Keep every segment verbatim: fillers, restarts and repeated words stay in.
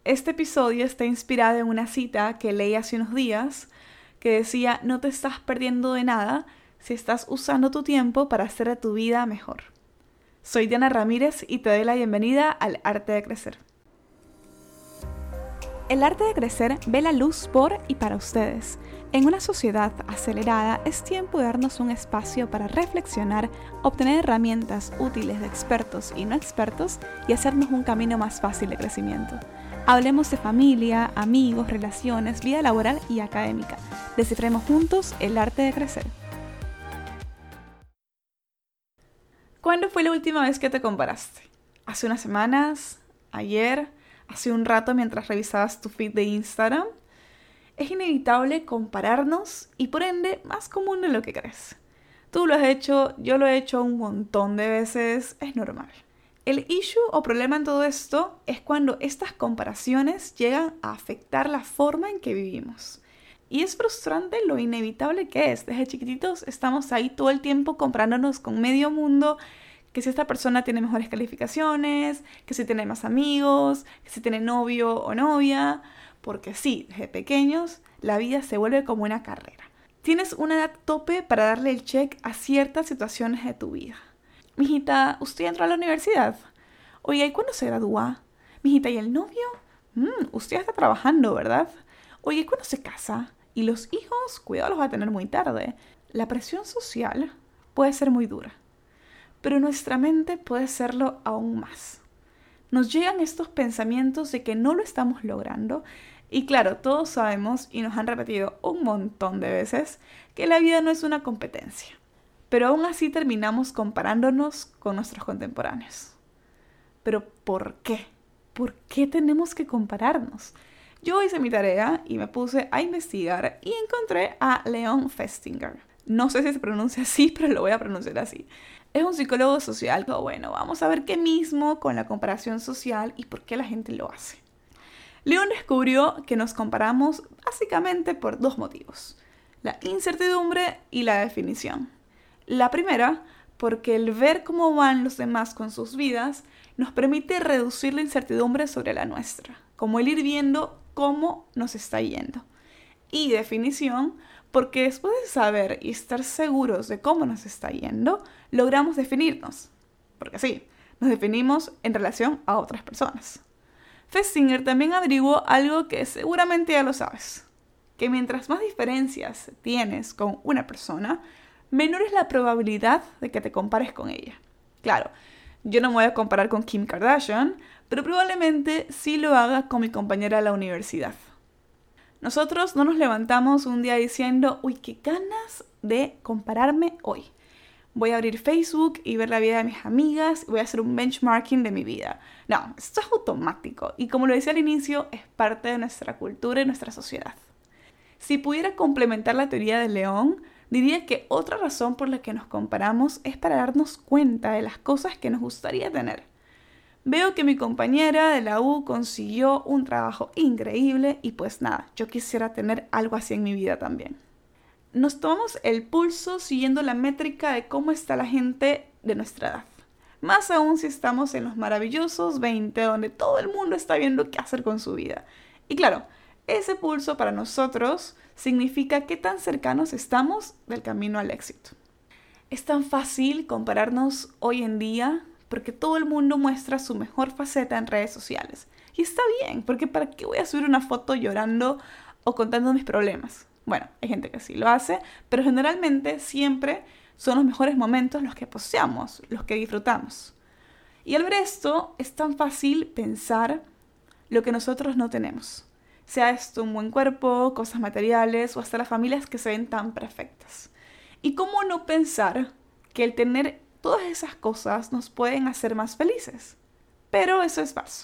Este episodio está inspirado en una cita que leí hace unos días que decía: no te estás perdiendo de nada si estás usando tu tiempo para hacer de tu vida mejor. Soy Diana Ramírez y te doy la bienvenida al Arte de Crecer. El arte de crecer ve la luz por y para ustedes. En una sociedad acelerada es tiempo de darnos un espacio para reflexionar, obtener herramientas útiles de expertos y no expertos y hacernos un camino más fácil de crecimiento. Hablemos de familia, amigos, relaciones, vida laboral y académica. Descifremos juntos el arte de crecer. ¿Cuándo fue la última vez que te comparaste? ¿Hace unas semanas? ¿Ayer? ¿Hace un rato mientras revisabas tu feed de Instagram? Es inevitable compararnos y por ende más común de lo que crees. Tú lo has hecho, yo lo he hecho un montón de veces, es normal. El issue o problema en todo esto es cuando estas comparaciones llegan a afectar la forma en que vivimos. Y es frustrante lo inevitable que es. Desde chiquititos estamos ahí todo el tiempo comparándonos con medio mundo, que si esta persona tiene mejores calificaciones, que si tiene más amigos, que si tiene novio o novia, porque sí, desde pequeños la vida se vuelve como una carrera. Tienes una edad tope para darle el check a ciertas situaciones de tu vida. Mijita, ¿usted entró a la universidad? Oye, ¿y cuándo se gradúa? Mijita, ¿y el novio? Mm, usted ya está trabajando, ¿verdad? Oye, ¿y cuándo se casa? Y los hijos, cuidado, los va a tener muy tarde. La presión social puede ser muy dura, pero nuestra mente puede serlo aún más. Nos llegan estos pensamientos de que no lo estamos logrando y claro, todos sabemos y nos han repetido un montón de veces que la vida no es una competencia, pero aún así terminamos comparándonos con nuestros contemporáneos. ¿Pero por qué? ¿Por qué tenemos que compararnos? Yo hice mi tarea y me puse a investigar y encontré a Leon Festinger. No sé si se pronuncia así, pero lo voy a pronunciar así. Es un psicólogo social. Bueno, vamos a ver qué mismo con la comparación social y por qué la gente lo hace. Leon descubrió que nos comparamos básicamente por dos motivos: la incertidumbre y la definición. La primera, porque el ver cómo van los demás con sus vidas nos permite reducir la incertidumbre sobre la nuestra, como el ir viendo cómo nos está yendo. Y definición, porque después de saber y estar seguros de cómo nos está yendo, logramos definirnos. Porque sí, nos definimos en relación a otras personas. Festinger también averiguó algo que seguramente ya lo sabes, que mientras más diferencias tienes con una persona, menor es la probabilidad de que te compares con ella. Claro, yo no me voy a comparar con Kim Kardashian, pero probablemente sí lo haga con mi compañera de la universidad. Nosotros no nos levantamos un día diciendo: uy, qué ganas de compararme hoy. Voy a abrir Facebook y ver la vida de mis amigas y voy a hacer un benchmarking de mi vida. No, esto es automático y como lo decía al inicio, es parte de nuestra cultura y nuestra sociedad. Si pudiera complementar la teoría de León, diría que otra razón por la que nos comparamos es para darnos cuenta de las cosas que nos gustaría tener. Veo que mi compañera de la U consiguió un trabajo increíble y pues nada, yo quisiera tener algo así en mi vida también. Nos tomamos el pulso siguiendo la métrica de cómo está la gente de nuestra edad. Más aún si estamos en los maravillosos veinte, donde todo el mundo está viendo qué hacer con su vida. Y claro, ese pulso para nosotros significa qué tan cercanos estamos del camino al éxito. Es tan fácil compararnos hoy en día porque todo el mundo muestra su mejor faceta en redes sociales. Y está bien, porque ¿para qué voy a subir una foto llorando o contando mis problemas? Bueno, hay gente que sí lo hace, pero generalmente siempre son los mejores momentos los que posteamos, los que disfrutamos. Y al ver esto, es tan fácil pensar lo que nosotros no tenemos. Sea esto un buen cuerpo, cosas materiales o hasta las familias que se ven tan perfectas. ¿Y cómo no pensar que el tener todas esas cosas nos pueden hacer más felices? Pero eso es falso.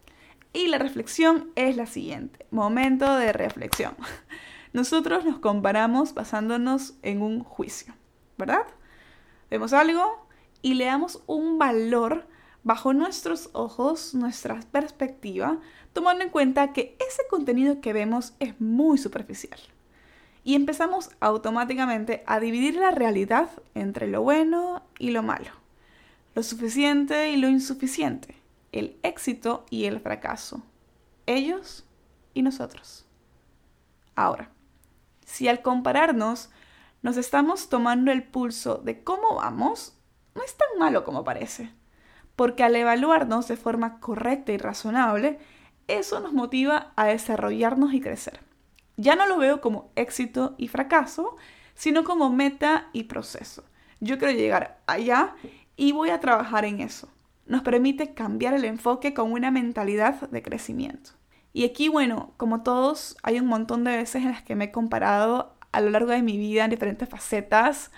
Y la reflexión es la siguiente. Momento de reflexión. Nosotros nos comparamos basándonos en un juicio, ¿verdad? Vemos algo y le damos un valor bajo nuestros ojos, nuestra perspectiva, tomando en cuenta que ese contenido que vemos es muy superficial. Y empezamos automáticamente a dividir la realidad entre lo bueno y lo malo, lo suficiente y lo insuficiente, el éxito y el fracaso. ellos y nosotros. Ahora, si al compararnos nos estamos tomando el pulso de cómo vamos, no es tan malo como parece. Porque al evaluarnos de forma correcta y razonable, eso nos motiva a desarrollarnos y crecer. Ya no lo veo como éxito y fracaso, sino como meta y proceso. Yo quiero llegar allá y voy a trabajar en eso. Nos permite cambiar el enfoque con una mentalidad de crecimiento. Y aquí, bueno, como todos, hay un montón de veces en las que me he comparado a lo largo de mi vida en diferentes facetas.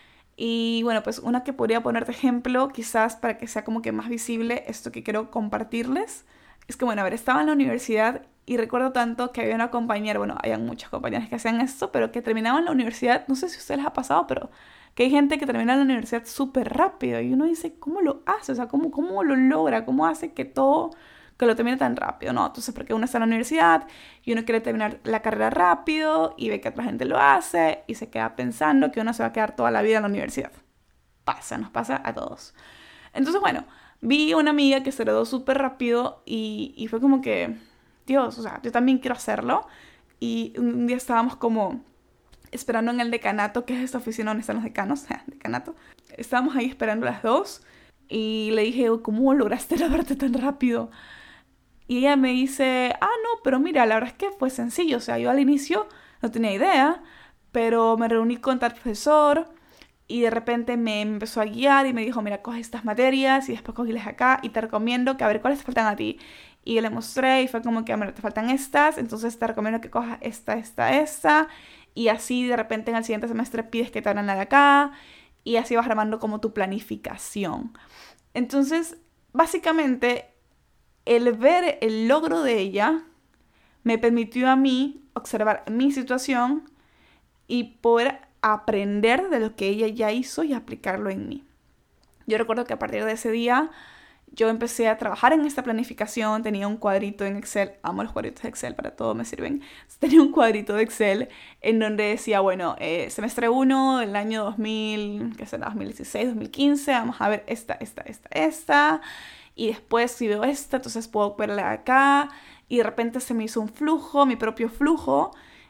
Y bueno, pues una que podría poner de ejemplo, quizás para que sea como que más visible esto que quiero compartirles, es que bueno, a ver, estaba en la universidad y recuerdo tanto que había una compañera, bueno, había muchas compañeras que hacían esto, pero que terminaban la universidad, no sé si a ustedes les ha pasado, pero que hay gente que termina la universidad súper rápido y uno dice, ¿cómo lo hace? O sea, ¿cómo, cómo lo logra? ¿Cómo hace que todo, que lo termine tan rápido? No, entonces porque uno está en la universidad y uno quiere terminar la carrera rápido y ve que otra gente lo hace y se queda pensando que uno se va a quedar toda la vida en la universidad. Pasa, nos pasa a todos. Entonces, bueno, vi una amiga que se graduó súper rápido y, y fue como que, Dios, o sea, yo también quiero hacerlo. Y un día estábamos como esperando en el decanato, que es esta oficina donde están los decanos, decanato. Estábamos ahí esperando las dos y le dije, ¿cómo lograste graduarte tan rápido? Y ella me dice, ah, no, pero mira, la verdad es que fue sencillo. O sea, yo al inicio no tenía idea, pero me reuní con tal profesor y de repente me empezó a guiar y me dijo, mira, coge estas materias y después cógelas acá y te recomiendo que a ver cuáles te faltan a ti. Y le mostré y fue como que, mira, te faltan estas, entonces te recomiendo que cojas esta, esta, esta. Y así de repente en el siguiente semestre pides que te hagan la de acá y así vas armando como tu planificación. Entonces, básicamente, el ver el logro de ella me permitió a mí observar mi situación y poder aprender de lo que ella ya hizo y aplicarlo en mí. Yo recuerdo que a partir de ese día yo empecé a trabajar en esta planificación, tenía un cuadrito en Excel, amo los cuadritos de Excel, para todo me sirven. Tenía un cuadrito de Excel en donde decía, bueno, eh, semestre uno del año dos mil, ¿qué será? dos mil dieciséis, dos mil quince, vamos a ver esta, esta, esta, esta. Y después si veo esta, entonces puedo verla acá. Y de repente se me hizo un flujo, mi propio flujo.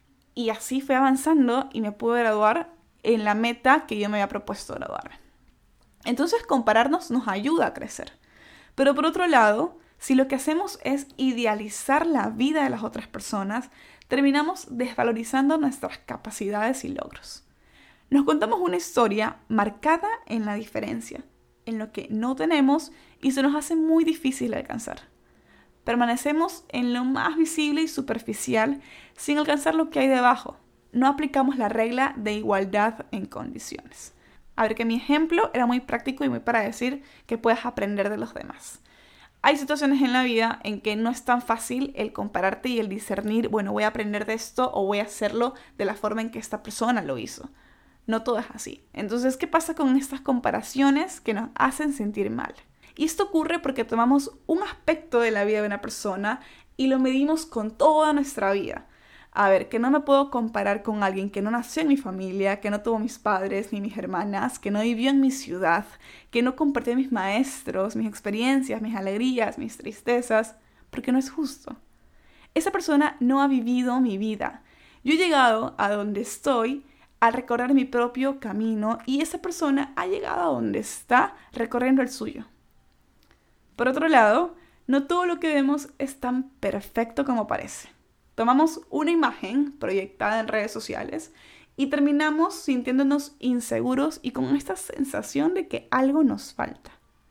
Y así fue avanzando y me pude graduar en la meta que yo me había propuesto graduarme. Entonces compararnos nos ayuda a crecer. Pero por otro lado, si lo que hacemos es idealizar la vida de las otras personas, terminamos desvalorizando nuestras capacidades y logros. Nos contamos una historia marcada en la diferencia, en lo que no tenemos y se nos hace muy difícil de alcanzar. Permanecemos en lo más visible y superficial sin alcanzar lo que hay debajo. No aplicamos la regla de igualdad en condiciones. A ver, que mi ejemplo era muy práctico y muy para decir que puedes aprender de los demás. Hay situaciones en la vida en que no es tan fácil el compararte y el discernir, bueno, voy a aprender de esto o voy a hacerlo de la forma en que esta persona lo hizo. No todo es así. Entonces, ¿qué pasa con estas comparaciones que nos hacen sentir mal? Y esto ocurre porque tomamos un aspecto de la vida de una persona y lo medimos con toda nuestra vida. A ver, que no me puedo comparar con alguien que no nació en mi familia, que no tuvo mis padres ni mis hermanas, que no vivió en mi ciudad, que no compartió mis maestros, mis experiencias, mis alegrías, mis tristezas, porque no es justo. Esa persona no ha vivido mi vida. Yo he llegado a donde estoy al recorrer mi propio camino y esa persona ha llegado a donde está recorriendo el suyo. Por otro lado, no todo lo que vemos es tan perfecto como parece. Tomamos una imagen proyectada en redes sociales y terminamos sintiéndonos inseguros y con esta sensación de que algo nos falta.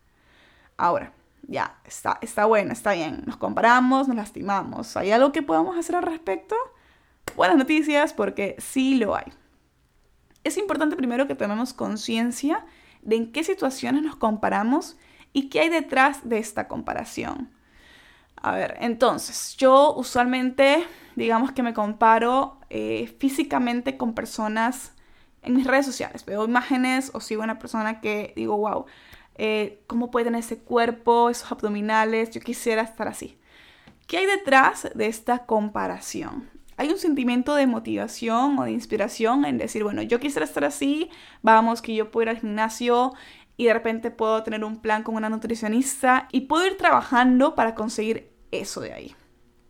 Ahora, ya, está, está bueno, está bien. Nos comparamos, nos lastimamos. ¿Hay algo que podamos hacer al respecto? Buenas noticias, porque sí lo hay. Es importante primero que tomemos conciencia de en qué situaciones nos comparamos y qué hay detrás de esta comparación. A ver, entonces, yo usualmente, digamos que me comparo eh, físicamente con personas en mis redes sociales. Veo imágenes o sigo a una persona que digo, wow, eh, ¿cómo puede tener ese cuerpo, esos abdominales? Yo quisiera estar así. ¿Qué hay detrás de esta comparación? Hay un sentimiento de motivación o de inspiración en decir, bueno, yo quisiera estar así, vamos, que yo puedo ir al gimnasio y de repente puedo tener un plan con una nutricionista y puedo ir trabajando para conseguir eso de ahí.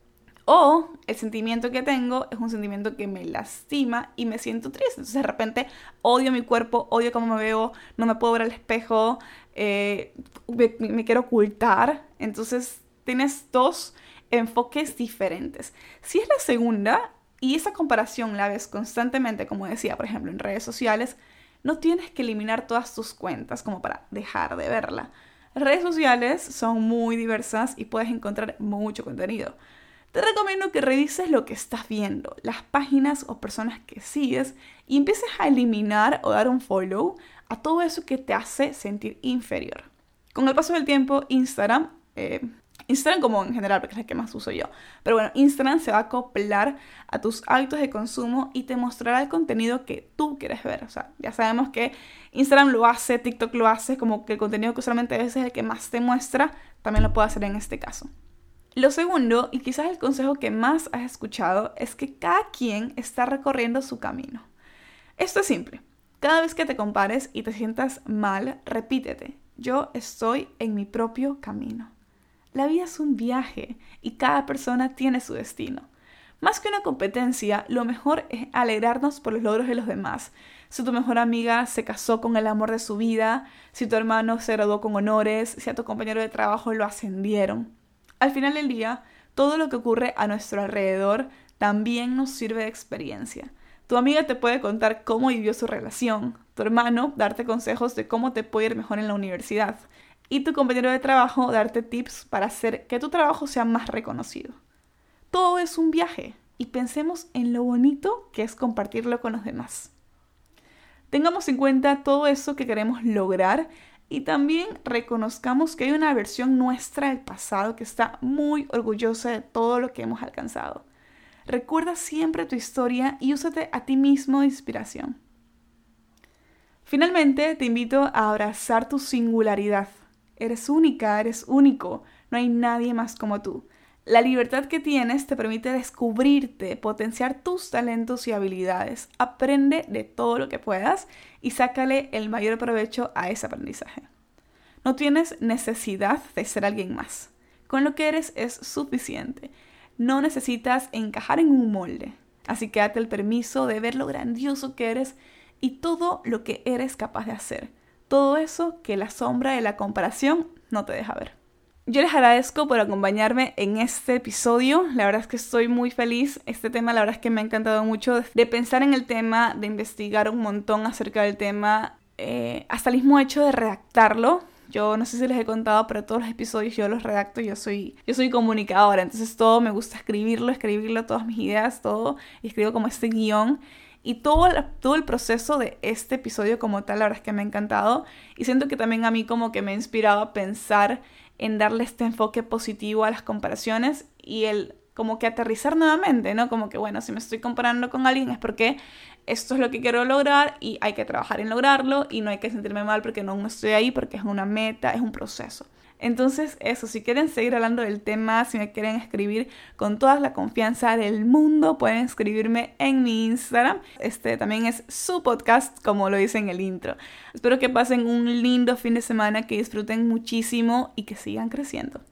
O el sentimiento que tengo es un sentimiento que me lastima y me siento triste. Entonces de repente odio mi cuerpo, odio cómo me veo, no me puedo ver al espejo, eh, me, me quiero ocultar. Entonces tienes dos enfoques diferentes. Si es la segunda y esa comparación la ves constantemente, como decía, por ejemplo, en redes sociales, no tienes que eliminar todas tus cuentas como para dejar de verla. Las redes sociales son muy diversas y puedes encontrar mucho contenido. Te recomiendo que revises lo que estás viendo, las páginas o personas que sigues y empieces a eliminar o dar un follow a todo eso que te hace sentir inferior. Con el paso del tiempo, Instagram, eh, Instagram como en general, porque es la que más uso yo, pero bueno, Instagram se va a acoplar a tus hábitos de consumo y te mostrará el contenido que tú quieres ver. O sea, ya sabemos que Instagram lo hace, TikTok lo hace, como que el contenido que usualmente ves es el que más te muestra, también lo puede hacer en este caso. Lo segundo, y quizás el consejo que más has escuchado, es que cada quien está recorriendo su camino. Esto es simple. Cada vez que te compares y te sientas mal, repítete: yo estoy en mi propio camino. La vida es un viaje y cada persona tiene su destino. Más que una competencia, lo mejor es alegrarnos por los logros de los demás. Si tu mejor amiga se casó con el amor de su vida, si tu hermano se graduó con honores, si a tu compañero de trabajo lo ascendieron. Al final del día, todo lo que ocurre a nuestro alrededor también nos sirve de experiencia. Tu amiga te puede contar cómo vivió su relación, tu hermano darte consejos de cómo te puede ir mejor en la universidad y tu compañero de trabajo darte tips para hacer que tu trabajo sea más reconocido. Todo es un viaje y pensemos en lo bonito que es compartirlo con los demás. Tengamos en cuenta todo eso que queremos lograr y también reconozcamos que hay una versión nuestra del pasado que está muy orgullosa de todo lo que hemos alcanzado. Recuerda siempre tu historia y úsate a ti mismo de inspiración. Finalmente, te invito a abrazar tu singularidad. Eres única, eres único, no hay nadie más como tú. La libertad que tienes te permite descubrirte, potenciar tus talentos y habilidades. Aprende de todo lo que puedas y sácale el mayor provecho a ese aprendizaje. No tienes necesidad de ser alguien más. Con lo que eres es suficiente. No necesitas encajar en un molde. Así que date el permiso de ver lo grandioso que eres y todo lo que eres capaz de hacer. Todo eso que la sombra de la comparación no te deja ver. Yo les agradezco por acompañarme en este episodio. La verdad es que estoy muy feliz. Este tema la verdad es que me ha encantado mucho de pensar en el tema, de investigar un montón acerca del tema, eh, hasta el mismo hecho de redactarlo. Yo no sé si les he contado, pero todos los episodios yo los redacto. Yo soy, yo soy comunicadora, entonces todo me gusta escribirlo, escribirlo, todas mis ideas, todo. Y escribo como este guión. Y todo el, todo el proceso de este episodio como tal, la verdad es que me ha encantado. Y siento que también a mí como que me ha inspirado a pensar en darle este enfoque positivo a las comparaciones y el como que aterrizar nuevamente, ¿no? Como que bueno, si me estoy comparando con alguien es porque esto es lo que quiero lograr y hay que trabajar en lograrlo y no hay que sentirme mal porque no estoy ahí, porque es una meta, es un proceso. Entonces eso, si quieren seguir hablando del tema, si me quieren escribir con toda la confianza del mundo, pueden escribirme en mi Instagram. Este también es su podcast, como lo dice en el intro. Espero que pasen un lindo fin de semana, que disfruten muchísimo y que sigan creciendo.